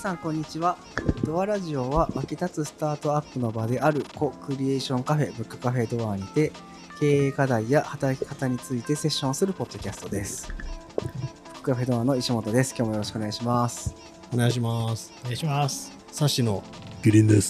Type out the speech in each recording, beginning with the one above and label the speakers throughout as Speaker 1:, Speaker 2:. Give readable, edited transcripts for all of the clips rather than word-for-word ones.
Speaker 1: さんこんにちは。ドアラジオは沸き立つスタートアップの場であるコクリエーションカフェブックカフェドアにて経営課題や働き方についてセッションするポッドキャストです。ブックカフェドアの石本です。今日もよろしくお願いします。
Speaker 2: お願いします。
Speaker 3: お願いします。
Speaker 2: サシのキリンです。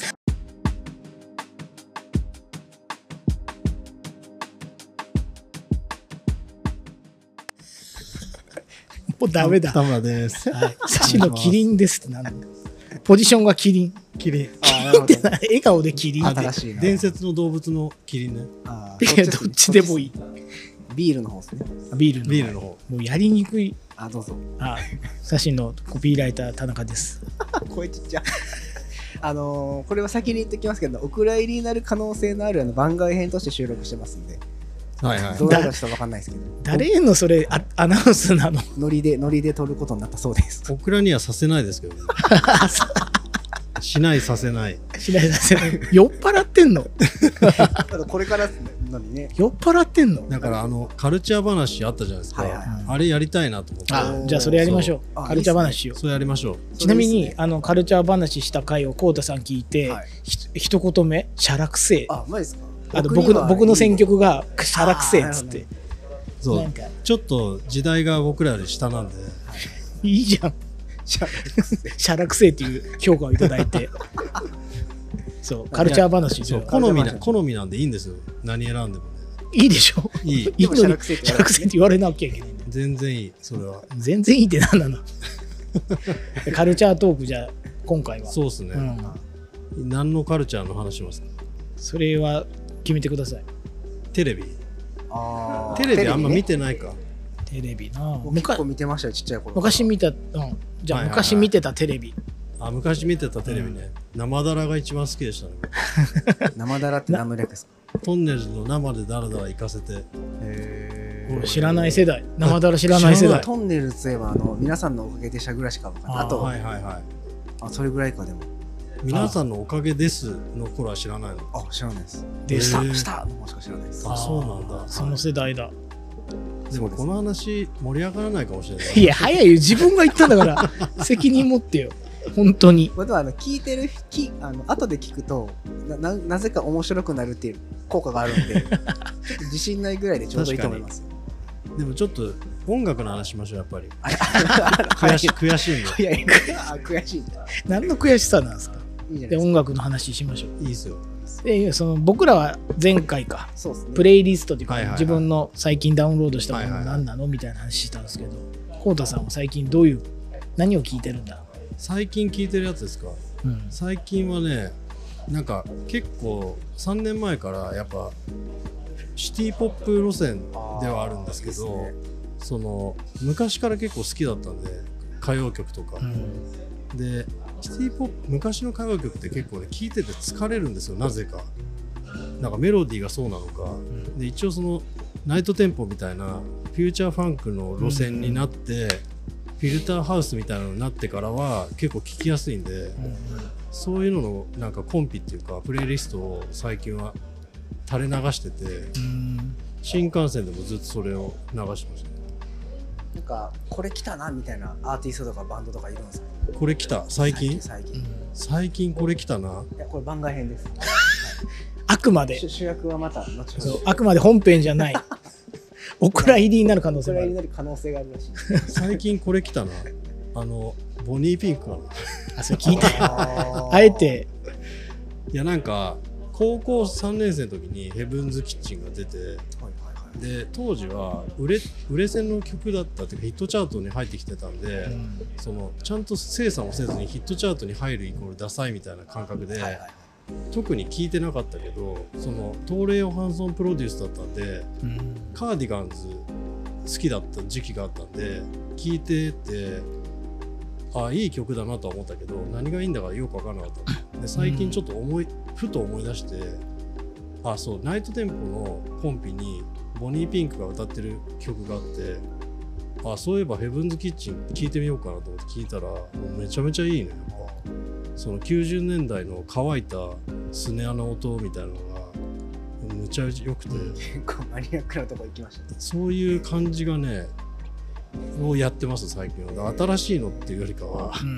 Speaker 3: もうダメだ。
Speaker 2: 田村です。
Speaker 3: はい。サシのキリンですってなんだ。ポジションがキリン。
Speaker 2: キリン。
Speaker 3: キリンってな、笑顔でキリン。
Speaker 1: 新しいな。
Speaker 2: 伝説の動物のキリンね。
Speaker 3: いや、どっちでもいい。
Speaker 1: ビールの方ですね。
Speaker 3: ビールの方。もうやりにくい。
Speaker 1: どうぞ。
Speaker 3: サシのコピーライター田中です。
Speaker 1: 声ちっちゃ。これは先に言っておきますけど、お蔵入りになる可能性のある番外編として収録してますんで。
Speaker 2: はいはい。
Speaker 1: どうなるかちょっと分かんないですけど。
Speaker 3: 誰へのそれアナウンスなの？
Speaker 1: ノリで撮ることになったそうです。
Speaker 2: オクラにはさせないですけどね。しないさせない。
Speaker 3: しないさせない。酔っ払ってんの？
Speaker 1: これからのにね。
Speaker 3: 酔っ払ってんの？
Speaker 2: だからカルチャー話あったじゃないですか。あれやりたいなと思って。
Speaker 3: じゃあそれやりましょう。カルチャー話を。
Speaker 2: それやりましょう。
Speaker 3: ちなみにカルチャー話した回をコウタさん聞いて、一言目シャラくせえ。
Speaker 1: マジですか？
Speaker 3: 僕の選曲がシャラくせえっつって。
Speaker 2: そう。ちょっと時代が僕らより下なんで。
Speaker 3: いいじゃん。シャラくせえっていう評価をいただいて。そうカルチャー話。
Speaker 2: そう好みなんでいいんですよ。何選んでもね。
Speaker 3: いいでしょ。
Speaker 2: いい。
Speaker 3: いいのにシャラくせえって言われなきゃいけないんだよ。
Speaker 2: 全然いい。それは。
Speaker 3: 全然いいって何なの？カルチャートークじゃ今回は。
Speaker 2: そうですね。何のカルチャーの話しますか？
Speaker 3: それは決めてください。
Speaker 2: テレビあんま見てないか。
Speaker 3: テレビな。
Speaker 1: 結構見てましたよ、ちっちゃい頃。
Speaker 3: 昔見た、じゃあ昔見てたテレビ。
Speaker 2: 昔見てたテレビね。生だらが一番好きでしたね。
Speaker 1: 生だらって何の略ですか？
Speaker 2: トンネルズの生でだらだら行かせて。
Speaker 3: 知らない世代。生だら知らない世代。
Speaker 1: トンネルズといえば皆さんのおかげでしたぐらいしか分かんない。あとそれぐらいか。でも
Speaker 2: 皆さんのおかげですの頃は知らないの？
Speaker 1: 知らないです。
Speaker 3: で
Speaker 1: したのもしか知らないです。
Speaker 2: そうなんだ。
Speaker 3: その世代だ。
Speaker 2: でもこの話盛り上がらないかもしれない。
Speaker 3: いや早いよ、自分が言ったんだから責任持ってよ。本当に。
Speaker 1: 聞いてる後で聞くとなぜか面白くなるっていう効果があるんで、ちょっと自信ないぐらいでちょうどいいと思います。
Speaker 2: でもちょっと音楽の話しましょう。やっぱり悔しいんで。
Speaker 1: 悔しいんだ。
Speaker 3: 何の悔しさなんですか？
Speaker 1: いいじゃないですか。
Speaker 3: 音楽の話しましょう。
Speaker 2: いいですよ。
Speaker 3: 僕らは前回か、プレイリストというか自分の最近ダウンロードしたものは何なのみたいな話したんですけど、コウタさんは最近何を聞いてるんだ？
Speaker 2: 最近聞いてるやつですか？最近はね、なんか結構3年前からやっぱシティポップ路線ではあるんですけど、その昔から結構好きだったんで、歌謡曲とか、でシティポップ昔の歌謡曲って結構ね聴いてて疲れるんですよ。なぜかなんかメロディーがそうなのか、で一応そのナイトテンポみたいなフューチャーファンクの路線になって、フィルターハウスみたいなのになってからは結構聴きやすいんで、そういうののなんかコンピっていうかプレイリストを最近は垂れ流してて、新幹線でもずっとそれを流してました。
Speaker 1: なんかこれ来たなみたいなアーティストとかバンドとかいるんですか？
Speaker 2: これ来た最近これ来たな。
Speaker 1: いやこれ番外編です。
Speaker 3: あくまで
Speaker 1: 主役はまた後ほど。
Speaker 3: あくまで本編じゃない。お蔵入りになる可能性がある。
Speaker 1: お蔵入りになる可能性があるらしい。
Speaker 2: 最近これ来たな。ボニーピンクかな。
Speaker 3: それ聞いたよ。あえて。
Speaker 2: いやなんか高校3年生の時にヘブンズキッチンが出て、で当時は売れ線の曲だったっていうかヒットチャートに入ってきてたんで、そのちゃんと精査もせずにヒットチャートに入るイコールダサいみたいな感覚で、特に聞いてなかったけど、その東レイ・ヨハンソンプロデュースだったんで、カーディガンズ好きだった時期があったんで聞いてて、いい曲だなとは思ったけど何がいいんだかよく分からなかった。で最近ちょっとふと思い出して、そうナイトテンポのコンピにボニーピンクが歌ってる曲があって、そういえばヘブンズキッチン聴いてみようかなと思って聞いたらもうめちゃめちゃいいね。やっぱその90年代の乾いたスネアの音みたいなのがむちゃ良くて、
Speaker 1: 結構マニアックなとこ行きましたね。
Speaker 2: そういう感じがねをやってます最近は。新しいのっていうよりかは、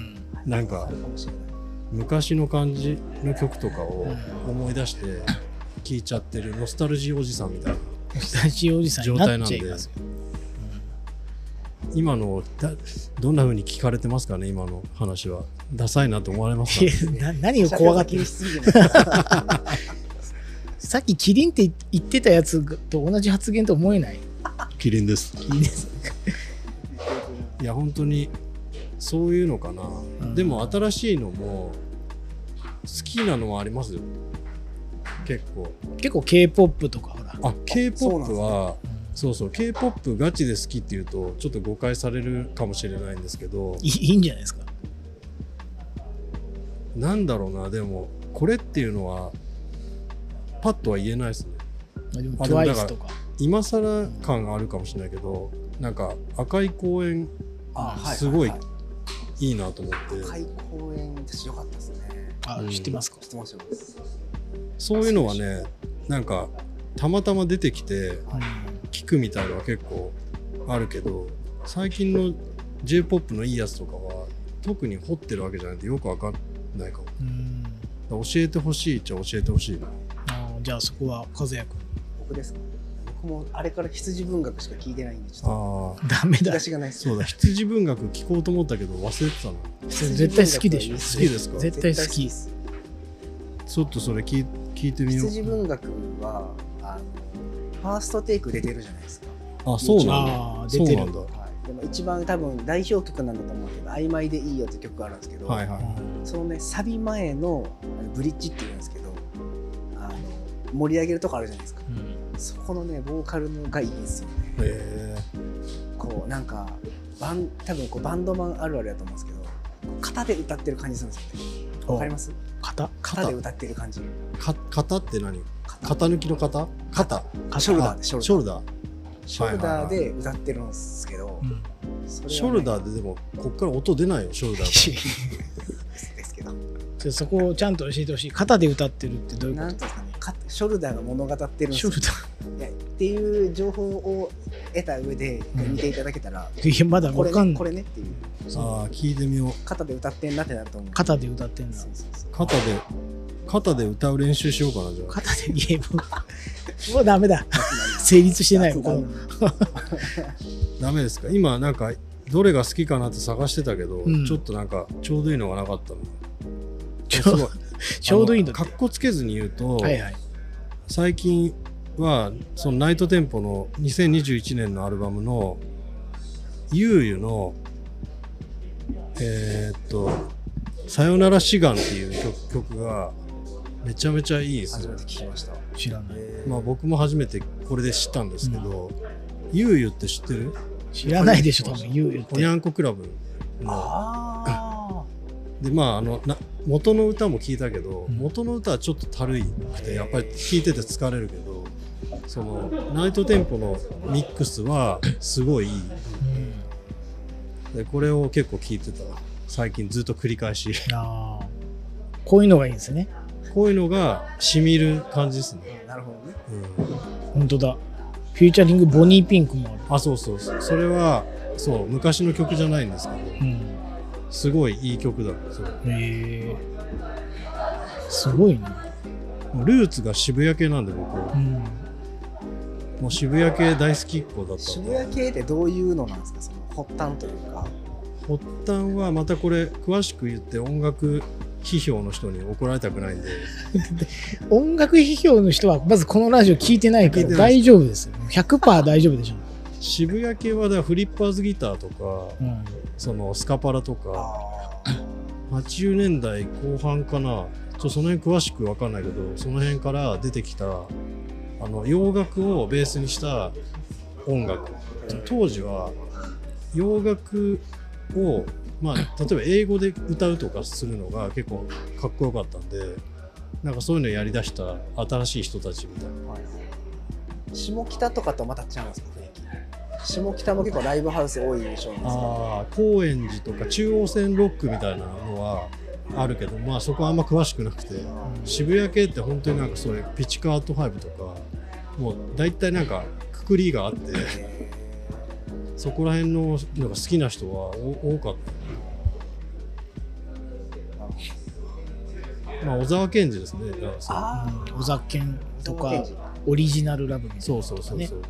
Speaker 2: なんか昔の感じの曲とかを思い出して聴いちゃってるノスタルジーおじさんみたいな
Speaker 3: ノスタルジーおじさんになっちゃいますよ。
Speaker 2: 今のどんな風に聞かれてますかね。今の話はダサいなと思われますか、
Speaker 3: ね、何を怖がってるさっきキリンって言ってたやつと同じ発言と思えない。
Speaker 2: キリンです。
Speaker 3: キリンです
Speaker 2: いや本当にそういうのかな、でも新しいのも好きなのはありますよ。結構 K-POP とかほら。 K-POP はそう K-POP ガチで好きっていうとちょっと誤解されるかもしれないんですけど、
Speaker 3: いいんじゃないですか。
Speaker 2: なんだろうな、でもこれっていうのはパッとは言えないですね。
Speaker 3: でも TWICE とか
Speaker 2: 今更感があるかもしれないけど、なんか赤い公園すごいいいなと思って。
Speaker 1: 赤い公園私良かったですね。
Speaker 3: 知ってますか。
Speaker 1: 知ってますよ。
Speaker 2: そういうのはね、なんかたまたま出てきて聞くみたいなのは結構あるけど、最近の J-POP のいいやつとかは特に掘ってるわけじゃないとよくわかんないかも。教えてほしいっちゃ教えてほしいな。
Speaker 3: じゃあそこは和也君。
Speaker 1: 僕ですか。僕もあれから羊文学しか聞いてないんでちょっと
Speaker 3: ダメだ。
Speaker 1: がないです。
Speaker 2: そうだ、羊文学聞こうと思ったけど忘れてたな。
Speaker 3: 絶対好きでしょ。
Speaker 2: 好きですか。
Speaker 3: 絶対好き。
Speaker 2: ちょっとそれ聞いてみよう。
Speaker 1: 羊文学はファーストテイク出てるじゃないですか。
Speaker 2: そうなんだ。
Speaker 3: 出てる。
Speaker 1: でも一番多分代表曲なんだと思うけど、曖昧でいいよって曲があるんですけど、そのねサビ前のブリッジっていうんですけど、盛り上げるとこあるじゃないですか。そこのねボーカルのがいいんですよね。こうなんか多分こうバンドマンあるあるだと思うんですけど、型で歌ってる感じするんですよね。わかります？型で歌ってる感じ。
Speaker 2: 型って何？型抜きの型？
Speaker 1: ショルダーで
Speaker 2: ショルダー。
Speaker 1: ショルダーで歌ってるんですけど、
Speaker 2: ショルダーででもこっから音出ないよ、ショルダー
Speaker 1: ですけど。
Speaker 3: そこをちゃんと教えてほしい。肩で歌ってるってどういうこと？
Speaker 1: なんですかね。ショルダーが物語ってるんですよ。
Speaker 3: ショルダー
Speaker 1: っていう情報を得た上で見ていただけたら、
Speaker 3: いやまだわかんない。
Speaker 1: これねっていう。
Speaker 2: 聞いてみよう。
Speaker 1: 肩で歌ってんなってなると思う。
Speaker 3: 肩で歌ってんだ。
Speaker 2: 肩で歌う練習しようかな。じゃあ
Speaker 3: 肩でゲームもうダメだ。成立してないもん。
Speaker 2: ダメですか。今なんかどれが好きかなって探してたけど、ちょっとなんかちょうどいいのがなかったの。
Speaker 3: ちょうどいいの。
Speaker 2: かっこつけずに言うと、最近はそのナイトテンポの2021年のアルバムのゆうゆのさよなら志願っていう曲がめちゃめちゃいいですね。
Speaker 1: 初めて聞きました。
Speaker 3: 知らない。
Speaker 2: 僕も初めてこれで知ったんですけど、ゆうゆって知ってる？
Speaker 3: 知らないでしょ、多分ゆうゆって。
Speaker 2: おにゃんこクラブの。で元の歌も聞いたけど、元の歌はちょっとたるいくてやっぱり聞いてて疲れるけど、そのナイトテンポのミックスはすごいいい。でこれを結構聞いてた。最近ずっと繰り返し。
Speaker 3: こういうのがいいんですね。
Speaker 2: こういうのが染みる感じですね。
Speaker 1: なるほどね。
Speaker 3: 本当だ。フューチャリングボニーピンクもある。
Speaker 2: そう。それはそう昔の曲じゃないんですけど、すごいいい曲だ。
Speaker 3: すごいね。
Speaker 2: ルーツが渋谷系なんで僕、もう渋谷系大好きっ子だったんで。
Speaker 1: 渋谷系ってどういうのなんですか？その発端というか。
Speaker 2: 発端はまたこれ詳しく言って音楽批評の人に怒られたくないんで
Speaker 3: 音楽批評の人はまずこのラジオ聞いてないから大丈夫ですよ。 100% 大丈夫でしょ。
Speaker 2: 渋谷系はだからフリッパーズギターとか、そのスカパラとか80年代後半かな、その辺詳しく分かんないけど、その辺から出てきた洋楽をベースにした音楽、当時は洋楽を例えば英語で歌うとかするのが結構かっこよかったんで、なんかそういうのをやりだした新しい人たちみたいな。
Speaker 1: 下北とかとまた違うんですか？下北も結構ライブハウス多い印象なんですか？
Speaker 2: 高円寺とか中央線ロックみたいなのはあるけど、そこはあんま詳しくなくて、渋谷系って本当になんかそれピチカート5とかもう大体なんかくくりがあって、そこら辺のなんか好きな人は多かった。 まあ小沢健二ですね。
Speaker 3: 小沢健とかオリジナルラブみたいな、ね、
Speaker 2: そう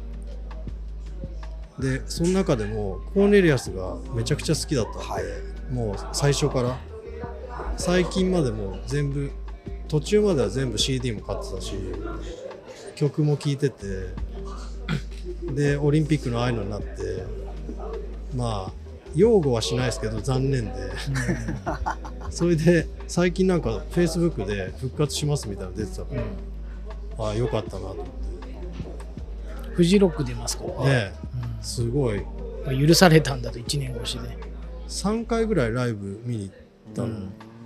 Speaker 2: でその中でもコーネリアスがめちゃくちゃ好きだったんで、はい、もう最初から最近までも全部途中までは全部 CD も買ってたし曲も聴いててでオリンピックのああいうのになってまあ擁護はしないですけど残念でそれで最近なんか Facebook で復活しますみたいなの出てたから、ああよかったなと思って
Speaker 3: フジロック出ますからね、
Speaker 2: すごい
Speaker 3: 許されたんだと1年越しで
Speaker 2: 3回ぐらいライブ見に行ったの、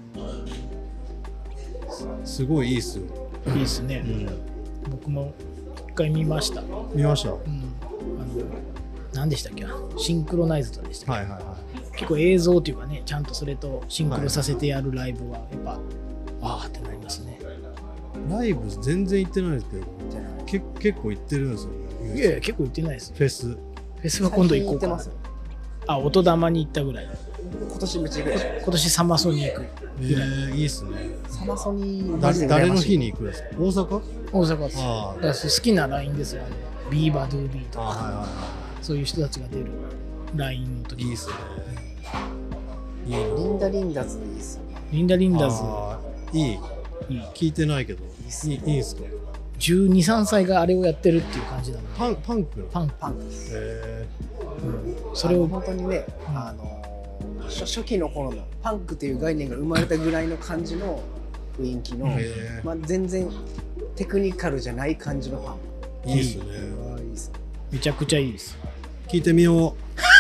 Speaker 2: すごいいいっすよ。
Speaker 3: いいっすね、僕も1回見ました。何でしたっけ、シンクロナイズドでしたっけ、結構映像っていうかね、ちゃんとそれとシンクロさせてやるライブはやっぱ、ああってなりますね。
Speaker 2: ライブ全然行ってないですけど結構行ってるんですよ。
Speaker 3: いやいや結構行ってないです。
Speaker 2: フ
Speaker 3: ェスは今度行こうかな。音玉に行ったぐらい。
Speaker 1: 今年めっちゃ行くでしょ。
Speaker 3: 今年サマソニ行くぐらい。
Speaker 2: いいっすね。
Speaker 1: サマソニ
Speaker 2: 誰の日に行くんですか。大阪
Speaker 3: です。だから好きなラインですよ。ビーバードゥービーとか、そういう人たちが出るラインの時。
Speaker 2: いいっすね。
Speaker 1: リンダ・リンダズいいっすね。
Speaker 3: リンダ・リンダズ
Speaker 2: いい聞いてないけどいいっすか。
Speaker 3: 12、13歳があれをやってるっていう感じなの。
Speaker 2: パンク
Speaker 1: です。
Speaker 3: それを
Speaker 1: 本当にね、初期の頃のパンクという概念が生まれたぐらいの感じの雰囲気の、まあ、全然テクニカルじゃない感じのパンク。
Speaker 2: いいっすね。
Speaker 3: めちゃくちゃいいです。
Speaker 2: 聞いてみよう。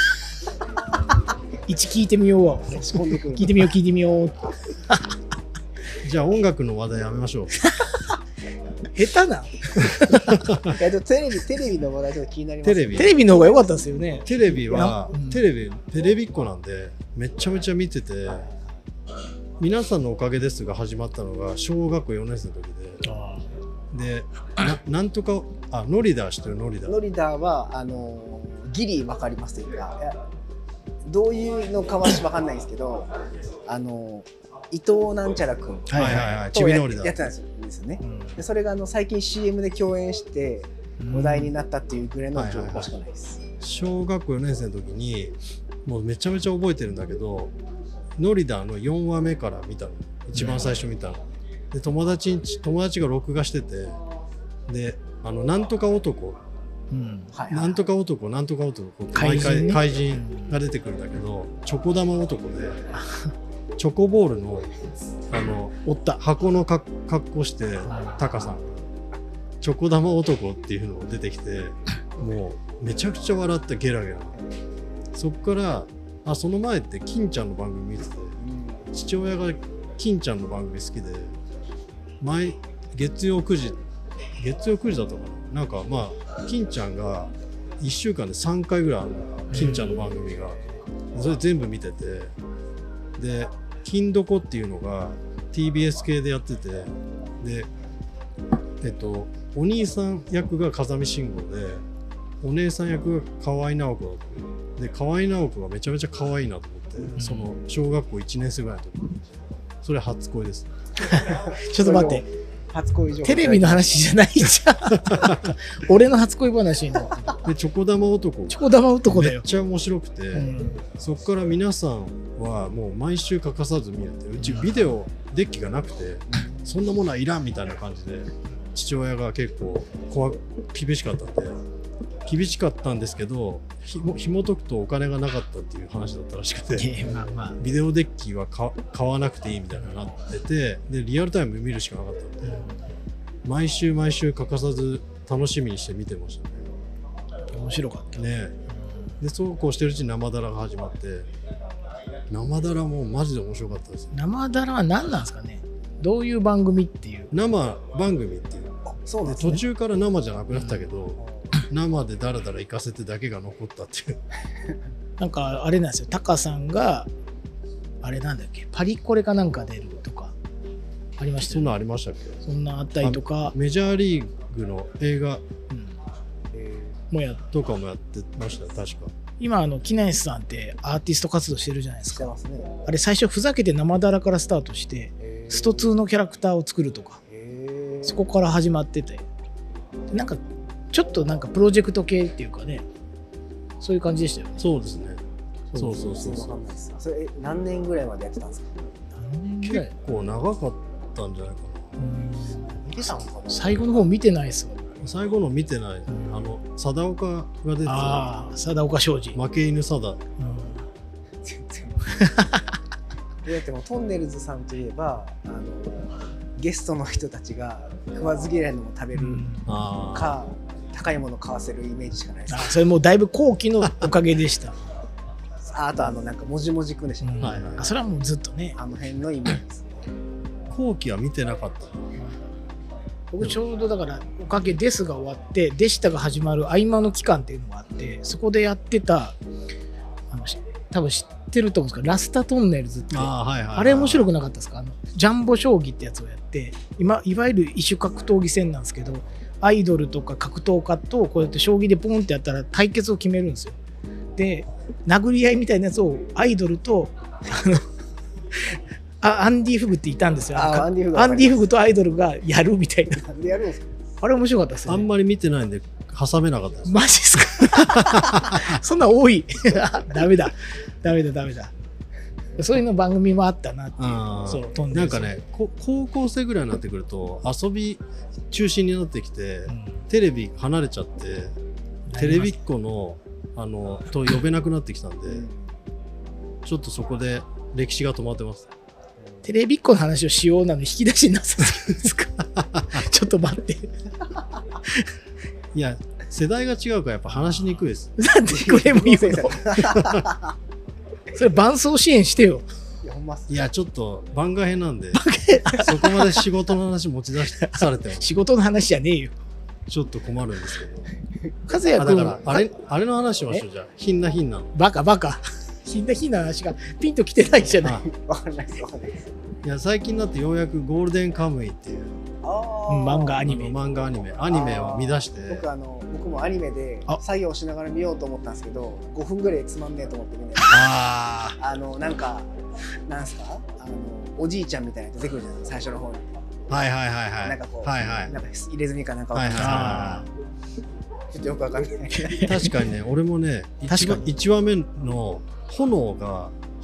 Speaker 3: 聞いてみようわ。聞いてみよう。
Speaker 2: じゃあ音楽の話題やめましょう。
Speaker 3: 下手な。
Speaker 1: テレビの話題ちょっと気になります。
Speaker 3: テレビの方が良かったですよね。
Speaker 2: テレビは、テレビっ子なんでめちゃめちゃ見てて、皆さんのおかげですが始まったのが小学校4年生の時で、なんとかノリダー知ってる？ノリダーは
Speaker 1: ギリ分かりますというか、どういうのかは分かんないんですけど、伊藤なんちゃらくんとやってたんですよね。でそれが最近 CM で共演して話題になったっていうぐらいの情報しかないです。
Speaker 2: 小学校4年生の時にもうめちゃめちゃ覚えてるんだけど、ノリダーの4話目から見たの、一番最初見たので、友達が録画してて、でなんとか男、なんとか男って毎回怪人が出てくるんだけど、チョコ玉男でチョコボールの箱の格好してタカさんがチョコ玉男っていうのが出てきて、もうめちゃくちゃ笑ってゲラゲラ。そっからその前って金ちゃんの番組見てて、父親が金ちゃんの番組好きで、月曜9時だったかな、なんかまあ金ちゃんが1週間で3回ぐらいあるの、金ちゃんの番組が。それ全部見てて、で金どこっていうのが TBS 系でやってて、でお兄さん役が風見慎吾で、お姉さん役が河合直子だったで、河合直子がめちゃめちゃ可愛いなと思って、その小学校1年生ぐらいの時、それ初恋です。
Speaker 3: ちょっと待って、
Speaker 1: 初恋情報
Speaker 3: テレビの話じゃないじゃん。俺の初恋話になってる。
Speaker 2: でチョコ玉男
Speaker 3: だよ。
Speaker 2: めっちゃ面白くて、そこから皆さんはもう毎週欠かさず見れて、うちビデオデッキがなくて、そんなものはいらんみたいな感じで、父親が結構厳しかったんですけど、紐解くとお金がなかったっていう話だったらしくて、ビデオデッキは買わなくていいみたいになってて、でリアルタイム見るしかなかったんで、毎週欠かさず楽しみにして見てましたね。
Speaker 3: 面白かった
Speaker 2: ね。でそうこうしてるうちに生だらが始まって、生だらもマジで面白かったです。
Speaker 3: 生だらは何なんですかね。どういう番組っていう？
Speaker 2: 生番組っていう。
Speaker 1: そうなんですね。
Speaker 2: 途中から生じゃなくなったけど、生でだらだら行かせてだけが残ったっていう。
Speaker 3: なんかあれなんですよ、タカさんがあれなんだっけ、パリコレかなんか出るとかありましたよね。
Speaker 2: そんなありましたっけ？
Speaker 3: そんなあったりとか、
Speaker 2: メジャーリーグの映画
Speaker 3: も
Speaker 2: とかもやってました確か。
Speaker 3: 今木梨さんってアーティスト活動してるじゃないですか。
Speaker 1: してますね。
Speaker 3: あれ最初ふざけて生だらからスタートして、 スト2のキャラクターを作るとか、そこから始まってて、なんかちょっとなんかプロジェクト系っていうかね、そういう感じでしたよね。
Speaker 2: そうですね。そう。
Speaker 1: それ何年ぐらいまでやってたんですか？
Speaker 3: 何年ぐらい？
Speaker 2: 結構長かったんじゃないか
Speaker 1: 見てたのかな？
Speaker 3: 最後の方見てないっすよ。
Speaker 2: な。最後の見てない。貞岡が出てた。
Speaker 3: 貞岡庄司。
Speaker 2: 負け犬貞。
Speaker 1: 全然。でもトンネルズさんといえばゲストの人たちが食わず嫌いのも食べるか、高いもの買わせるイメージしかないです。
Speaker 3: それもうだいぶ後期のおかげでした。
Speaker 1: あとなんかもじもじくんでしたね。
Speaker 3: それはもうずっとね、
Speaker 1: あの辺のイメージですね。
Speaker 2: 後期は見てなかった。
Speaker 3: 僕ちょうどだからおかげですが終わってデシタが始まる合間の期間っていうのがあって、そこでやってた多分知ってると思うんですけど、ラスタトンネルズって、あれ面白くなかったですか？ジャンボ将棋ってやつをやって、いわゆる異種格闘技戦なんですけど、アイドルとか格闘家とこうやって将棋でポンってやったら対決を決めるんですよ。で殴り合いみたいなやつをアイドルとアンディ・フグっていたんですよ。アンディ・フグとアイドルがやるみたいな。
Speaker 1: なんでやるんですか？
Speaker 3: あれ面白かったですね。
Speaker 2: あんまり見てないんで挟めなかったです。
Speaker 3: マジですか？そんな多い。ダメだ。そういうの番組もあったなっていう。そう
Speaker 2: なんかね、高校生ぐらいになってくると遊び中心になってきて、テレビ離れちゃって、テレビっ子のと呼べなくなってきたんで、ちょっとそこで歴史が止まってます。
Speaker 3: テレビっ子の話をしようなの引き出しなさそうですか？ちょっと待って。
Speaker 2: いや、世代が違うからやっぱ話しにくいです。
Speaker 3: なんでこれも言うの？それ伴走支援してよ。
Speaker 2: いや、ちょっと番外編なんで、そこまで仕事の話持ち出されても
Speaker 3: 仕事の話じゃねえよ。
Speaker 2: ちょっと困るんですけど。
Speaker 3: 和也君、
Speaker 2: だからあれの話しましょう。じゃあひんなの
Speaker 3: バカひんな話がピンときてないじゃない。
Speaker 1: わかんないです。
Speaker 2: いや、最近になってようやくゴールデンカムイっていう
Speaker 3: 漫画アニメ
Speaker 2: を見出して、
Speaker 1: 僕もアニメで作業しながら見ようと思ったんですけど、5分ぐらいつまんねえと思って見ない。なんすかおじいちゃんみたいなやつ出てくるじゃないですか、最初の方に。なんかこう、なんか入れ墨かなんかわかんないですけど、ちょっとよくわかんない。
Speaker 2: 確かにね、俺もね、1話目の炎が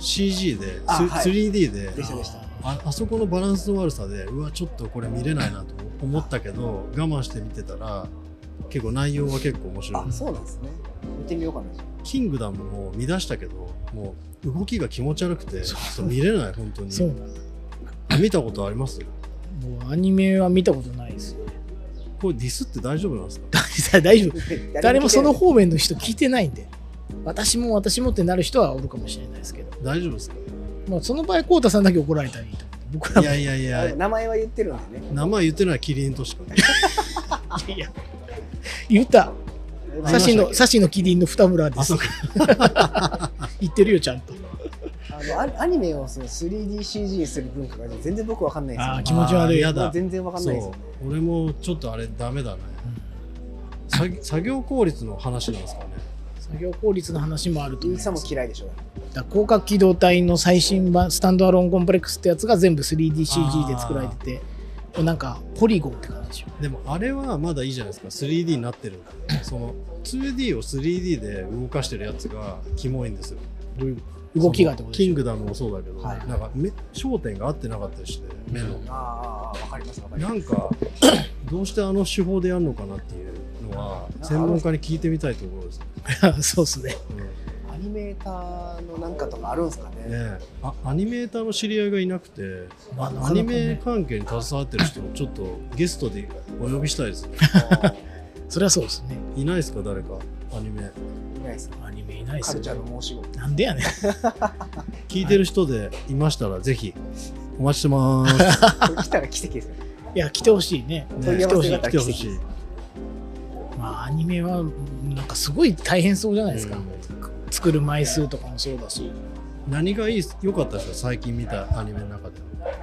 Speaker 2: CG で 3D で、あそこのバランスの悪さで、うわ、ちょっとこれ見れないなと思ったけど、我慢して見てたら結構内容は結構面白い。
Speaker 1: そうなんですね。見てみようかな。
Speaker 2: キングダムも見出したけど、もう動きが気持ち悪くて見れない。本当に。そうなんだ。見たことあります？も
Speaker 3: うアニメは見たことないですね。
Speaker 2: これディスって大丈夫なんですか？
Speaker 3: 大丈夫。誰もその方面の人聞いてないんで、私もってなる人はおるかもしれないですけど。
Speaker 2: 大丈夫ですか？
Speaker 3: まあその場合コウタさんだけ怒られたらいいと思う。僕らも
Speaker 2: いや
Speaker 1: 名前は言ってるんでね。
Speaker 2: 名前言ってるのはキリンとしか。
Speaker 3: いや言った。サシのキリンの二村です。言ってるよちゃんと。
Speaker 1: アニメをその 3DCG にする文化が全然僕わかんないですよ。
Speaker 3: 気持ち悪い。
Speaker 1: 全然わかんないですよね。
Speaker 2: 俺もちょっとあれダメだね。作業効率の話なんですかね。
Speaker 3: 作業効率の話もあると思います。
Speaker 1: イーサも嫌いでしょ。
Speaker 3: 広角機動隊の最新版スタンドアローンコンプレックスってやつが全部 3DCG で作られてて、なんかポリゴンって感じでしょ。
Speaker 2: でもあれはまだいいじゃないですか。 3D になってる。その 2D を 3D で動かしてるやつがキモいんですよ。
Speaker 3: どういう動きがってことでしょ。
Speaker 2: キングダムもそうだけど、なんか焦点が合ってなかったりして目の。
Speaker 1: わかります。
Speaker 2: なんかどうしてあの手法でやるのかなっていうのは専門家に聞いてみたいところですね。
Speaker 3: そうっすね。
Speaker 1: アニメーターのなんかとかあるんですかね。
Speaker 2: アニメーターの知り合いがいなくて、アニメ関係に携わってる人をちょっとゲストでお呼びしたいですね。
Speaker 3: それはそうですね。
Speaker 2: いないですか、誰かアニメ。
Speaker 1: いないです。
Speaker 3: アニメいないですよ。
Speaker 1: カルチャーの申し子。
Speaker 3: なんでやねん。
Speaker 2: 聞いてる人でいましたらぜひお待ちしてます。
Speaker 1: 来たら奇跡ですよ。
Speaker 3: いや来てほしいね。
Speaker 2: 来てほしい。
Speaker 3: まあアニメはなんかすごい大変そうじゃないですか。作る枚数とかもそうだし。
Speaker 2: 何が良かったですか、最近見たアニメの中で。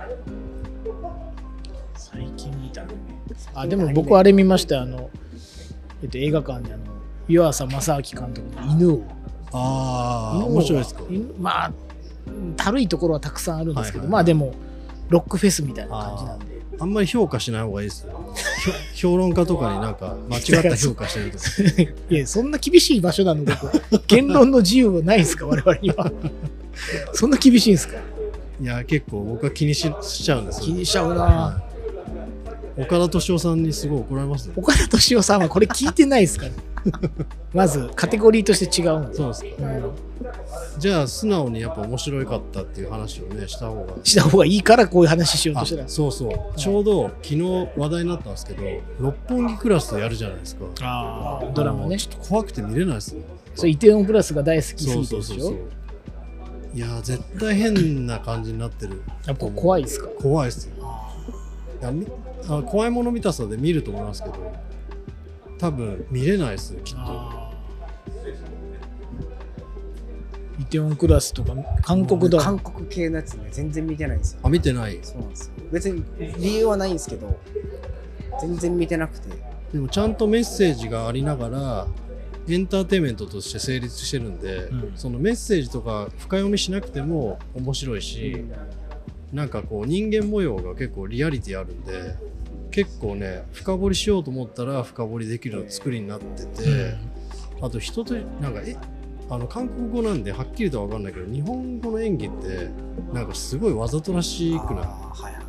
Speaker 3: 最近見たのでも僕あれ見ました。映画館で湯浅正明監督の犬を。
Speaker 2: 面白いですか。
Speaker 3: まあたるいところはたくさんあるんですけど、まあでもロックフェスみたいな感じなんで。
Speaker 2: あんまり評価しない方がいいですよ。評論家とかになんか間違った評価してるとか。
Speaker 3: いや、そんな厳しい場所なので、言論の自由はないんですか、我々には。そんな厳しいんですか。
Speaker 2: いや、結構僕は気にしちゃうんですよ。
Speaker 3: 気にしちゃうな、
Speaker 2: はい、岡田敏夫さんにすごい怒られますね。
Speaker 3: 岡田敏夫さんはこれ聞いてないですから。まずカテゴリーとして違うんです。
Speaker 2: そうですか。じゃあ素直にやっぱ面白かったっていう話をねした方が
Speaker 3: いいからこういう話しようとしてた。
Speaker 2: そうそう、ちょうど昨日話題になったんですけど、六本木クラスやるじゃないですか。
Speaker 3: ドラマね。
Speaker 2: ちょっと怖くて見れないですね。
Speaker 3: そう、イテウォンクラスが大好きすぎてでしょ。
Speaker 2: いや絶対変な感じになってる。
Speaker 3: やっぱ怖いですか。
Speaker 2: 怖いですよ。怖いもの見たさで見ると思いますけど、多分見れないですよきっと。
Speaker 3: イテウォンクラスとか韓国ドラマ、
Speaker 1: 韓国系のやつね、全然見てないんですよ。
Speaker 2: あ、見てない。
Speaker 1: そうなんですよ。別に理由はないんですけど、全然見てなくて。
Speaker 2: でもちゃんとメッセージがありながらエンターテインメントとして成立してるんで、そのメッセージとか深読みしなくても面白いし、なんかこう人間模様が結構リアリティあるんで、結構ね深掘りしようと思ったら深掘りできる作りになってて、あと人となんか韓国語なんではっきりとは分かんないけど、日本語の演技ってなんかすごいわざとらしくない、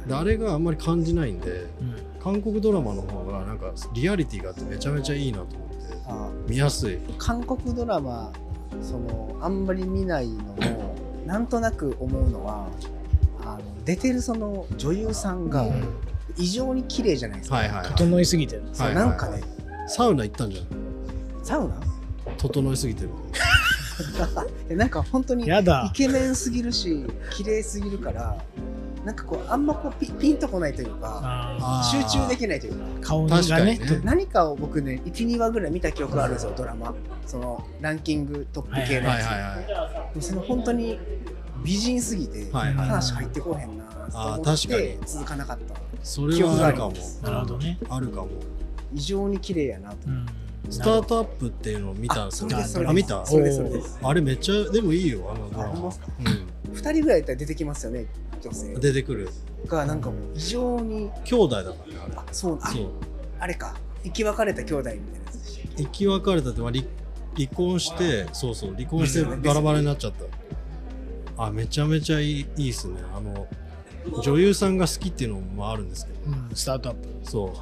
Speaker 2: であれがあんまり感じないんで、韓国ドラマの方がなんかリアリティがあってめちゃめちゃいいなと思って見やすい。
Speaker 1: 韓国ドラマあんまり見ないのもなんとなく思うのは、出てるその女優さんが異常に綺麗じゃないですか。
Speaker 3: 整いすぎてる。
Speaker 1: なんかね、
Speaker 2: サウナ行ったんじゃない？
Speaker 1: サウナ？
Speaker 2: 整いすぎてる。
Speaker 1: なんか本当にイ
Speaker 3: やだ、
Speaker 1: ケメンすぎるし綺麗すぎるから、なんかこうあんまこうピンとこないというか、集中できないというか、
Speaker 3: 顔がね。
Speaker 1: 何かを僕ね 1,2 話ぐらい見た記憶があるんですよ、ドラマ。そのランキングトップ系のやつ。その本当に美人すぎて話入ってこへんなと思って続かなかった。
Speaker 2: それはあるかも。
Speaker 3: なるほどね。
Speaker 2: あるかも。
Speaker 1: 異常に綺麗やなと。
Speaker 2: スタートアップっていうのを見たんですよ。
Speaker 1: 見た？それです。
Speaker 2: あれめっちゃでもいいよ、ドラマ。
Speaker 1: 2人ぐらいだったら出てきますよね、女性。
Speaker 2: 出てくる。
Speaker 1: がなんかもう異常に
Speaker 2: 兄弟だからね。
Speaker 1: そう。あれか。生き別れた兄弟みたいなやつでした。
Speaker 2: 生き別れたって離婚して、離婚してバラバラになっちゃった。めちゃめちゃいいですね。女優さんが好きっていうのもあるんですけど、
Speaker 3: スタートアップ。
Speaker 2: そう。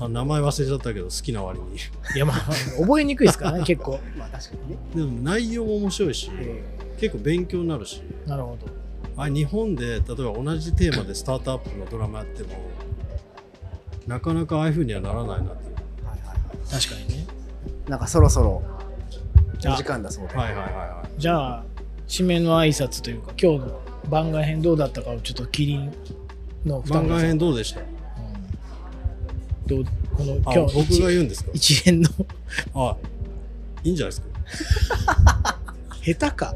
Speaker 2: 名前忘れちゃったけど好きな割に。
Speaker 3: いや覚えにくいですからね結構。
Speaker 1: 確かにね。
Speaker 2: でも内容も面白いし、結構勉強になるし。
Speaker 3: なるほど。
Speaker 2: 日本で例えば同じテーマでスタートアップのドラマやってもなかなかああいう風にはならないなって。
Speaker 3: 確かにね。
Speaker 1: なんかそろそろお時間だそうで。
Speaker 3: じゃあ締めの挨拶というか、今日の番外編どうだったかをちょっとキリンの
Speaker 2: 番外編どうでした？
Speaker 3: この今日
Speaker 2: 僕が言うんですか？
Speaker 3: 一連の
Speaker 2: いいんじゃないですか。
Speaker 3: 下手か。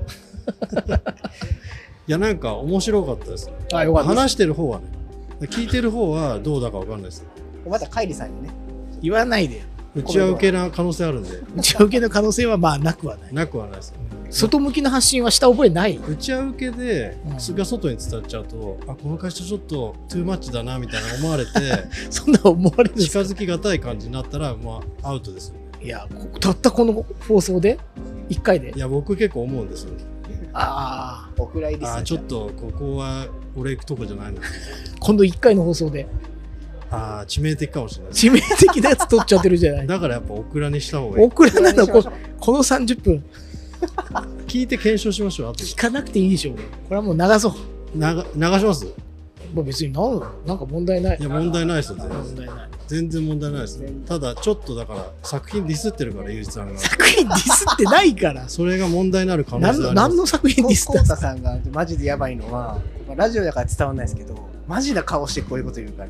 Speaker 2: いやなんか面白かったです。
Speaker 3: よかった。
Speaker 2: 話してる方はね、聞いてる方はどうだかわかんないです。
Speaker 1: またカイリさんにね
Speaker 3: 言わないで。
Speaker 2: 打ち合うけな可能性あるんで。
Speaker 3: 打ち合うけの可能性はなくはない。
Speaker 2: なくはないです。
Speaker 3: 外向きの発信はした覚えない。
Speaker 2: 打ち合うけでそれが外に伝わっちゃうと、この会社ちょっとトゥーマッチだなみたいな思われて
Speaker 3: そんな思われるんですか？
Speaker 2: 近づきがたい感じになったらアウトですよね。
Speaker 3: いやたったこの放送で1回で。
Speaker 2: いや僕結構思うんですよ。
Speaker 1: お蔵入りする。
Speaker 2: ちょっとここは俺行くとこじゃないの。
Speaker 3: 今度1回の放送で。
Speaker 2: 致命的かもしれない。
Speaker 3: 致命的なやつ取っちゃってるじゃない。
Speaker 2: だからやっぱオクラにした方がいい。
Speaker 3: オクラなのこの30分
Speaker 2: 聞いて検証しましょう。
Speaker 3: 聞かなくていいでしょう。これはもう流そう。
Speaker 2: 流します。
Speaker 3: 別になんか問題ない。
Speaker 2: いや問題ないですよ。全然問題ないです。ただちょっとだから作品ディスってるから、ゆうじさんが。
Speaker 3: 作品ディスってないから。
Speaker 2: それが問題になる可能性あります。
Speaker 3: 何の作品ディスったんですか？
Speaker 1: コウタさんがマジでやばいのは、ラジオだから伝わんないですけど、マジな顔してこういうこと言うから。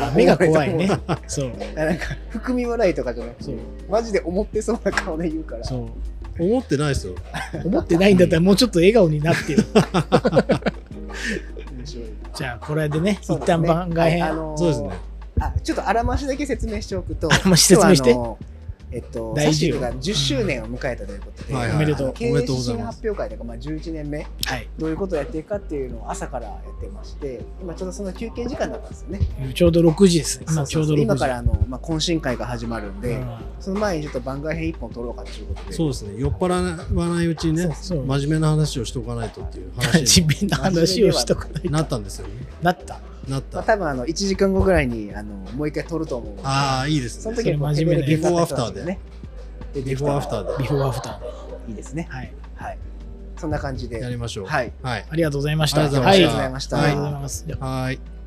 Speaker 3: 目が怖いね。そう。
Speaker 1: なんか含み笑いとかじゃなくて、マジで思ってそうな顔で言うから。
Speaker 3: そう。
Speaker 2: 思ってないですよ。
Speaker 3: 思ってないんだったらもうちょっと笑顔になってよ。じゃあこれでね、一旦番外編。
Speaker 2: そうですね。
Speaker 1: ちょっとあらましだけ説明しておくと、
Speaker 3: 説明して。 大事よ
Speaker 1: サッシが10周年を迎えたということで、
Speaker 2: はいはい
Speaker 3: おめでとう
Speaker 1: 経営
Speaker 2: おめでとうご
Speaker 1: 指針
Speaker 2: ざいます
Speaker 1: 発表会というか、11年目、
Speaker 3: はい。
Speaker 1: どういうことをやっていくかっていうのを朝からやってまして、今ちょうどその休憩時間だったんですよね。
Speaker 3: ちょうど6時ですね。今ちょうど6時。
Speaker 1: 今から懇親会が始まるんで、
Speaker 3: うん
Speaker 1: その前にちょっと番外編1本撮ろうかということで。
Speaker 2: そうですね、酔っ払わないうちにね、
Speaker 3: そう
Speaker 2: 真面目な話をしとかないとっていう
Speaker 3: 真
Speaker 2: 話に
Speaker 3: 面目な話をしとかないと
Speaker 2: なったんですよね。
Speaker 3: なった。
Speaker 2: なった。
Speaker 1: 多分1時間後ぐらいにもう一回撮ると思うんで、
Speaker 2: ああ、いいですね。
Speaker 1: その時はこう
Speaker 3: それ真面目な
Speaker 1: 手ぶれ
Speaker 2: ビフォーアフターで
Speaker 1: ね。
Speaker 2: ビフォーアフター
Speaker 3: ビフォーアフターで。
Speaker 1: いいですね。
Speaker 3: はい。
Speaker 1: はい。そんな感じで。
Speaker 2: でやりましょう。
Speaker 1: はい。
Speaker 2: はい。
Speaker 3: ありがとうございました。
Speaker 2: ありがとうございました
Speaker 3: はい
Speaker 1: ありがとうございました
Speaker 3: ありがとうございます。じゃあ
Speaker 2: はい。